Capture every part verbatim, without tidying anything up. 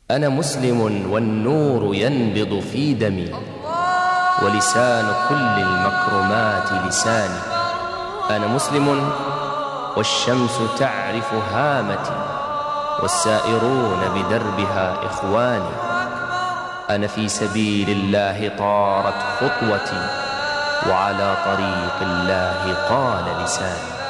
أنا مسلم والنور ينبض في دمي، ولسان كل المكرمات لساني. أنا مسلم والشمس تعرف هامتي، والسائرون بدربها إخواني. أنا في سبيل الله طارت خطوتي، وعلى طريق الله قال لساني.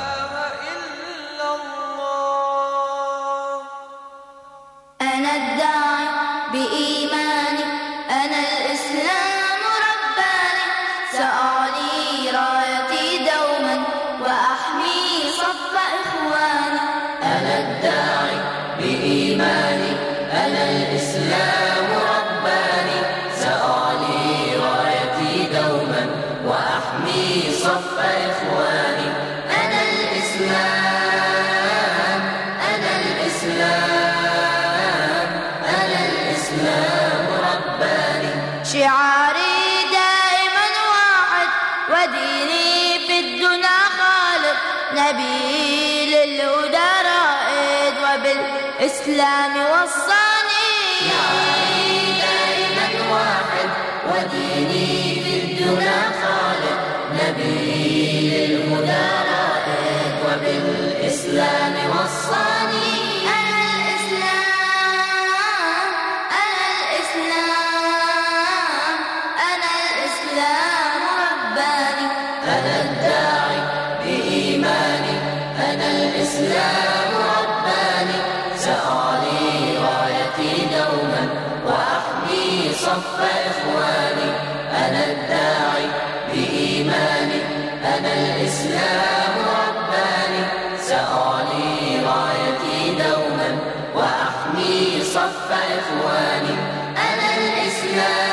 أنا الداعي بإيماني، أنا الإسلام رباني، سأعلي رايتي دوما وأحمي صف إخواني. أنا الداعي بإيماني، أنا الإسلام رباني، سأعلي رايتي دوما وأحمي صف إخواني. أنا الإسلام، أنا الإسلام، شعاري دائما واحد، وديني في الدنا خالد، نبي للهدى رائد وبالإسلام وصاني. شعاري دائما واحد، وديني في الدنا خالد، نبي للهدى رائد وبالإسلام وصاني. أنا الداعي بإيماني، أنا الإسلام رباني، سأعلي رايتي دوما وأحمي صف إخواني. أنا الداعي بإيماني، أنا الإسلام رباني، سأعلي رايتي دوما وأحمي صف إخواني. أنا الإسلام،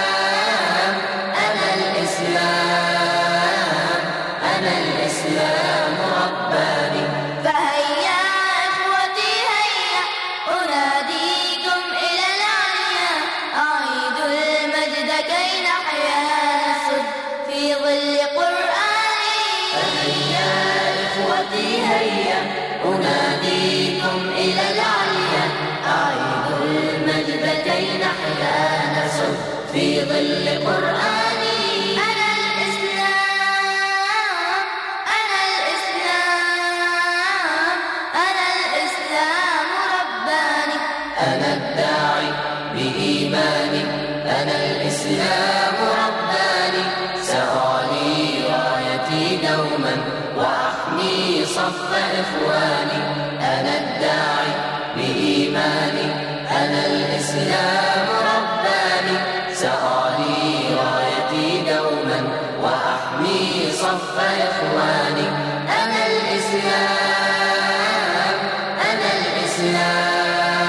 أنا الإسلام، أنا الإسلام رباني. فهيا إخوتي هيا، أناديكم إلى العليا، أعيدوا المجد كي نحيا، نسد في ظل قرآني. فهيا إخوتي هيا، أناديكم إلى العليا، أعيدوا المجد كي نحيا، نسد في ظل قرآني. أنا الداعي بإيماني، أنا الإسلام رباني، سأعلي رايتي دوما وأحمي صف إخواني. أنا الداعي بإيماني، أنا الإسلام رباني، سأعلي رايتي دوما وأحمي صف إخواني. أنا الإسلام، أنا الإسلام،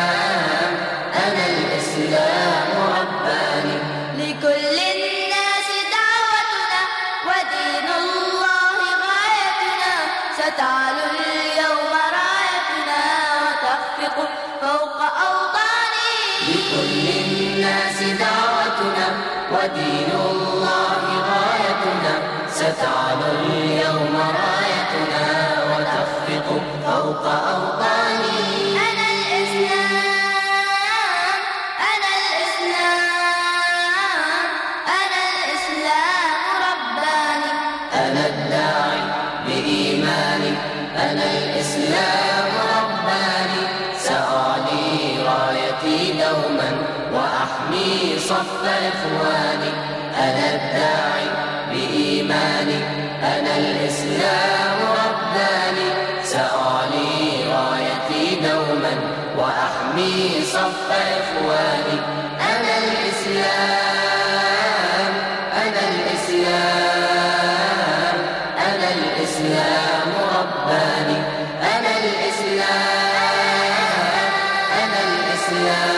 الإسلام رباني. لكل الناس دعوتنا، ودين الله غايتنا، ستعلو اليوم رايتنا وتخفق فوق أوطاني. لكل الناس دعوتنا، ودين الله غايتنا، ستعلو اليوم رايتنا وتخفق فوق أوطاني. أنا الإسلام، أنا الداعي بإيماني، أنا الإسلام رباني، سأعلي رايتي دوما وأحمي صف إخواني. أنا الداعي بإيماني، أنا الإسلام رباني، سأعلي رايتي دوما وأحمي صف إخواني. أنا الإسلام، أنا الإسلام، أنا الإسلام رباني. أنا الإسلام، أنا الإسلام.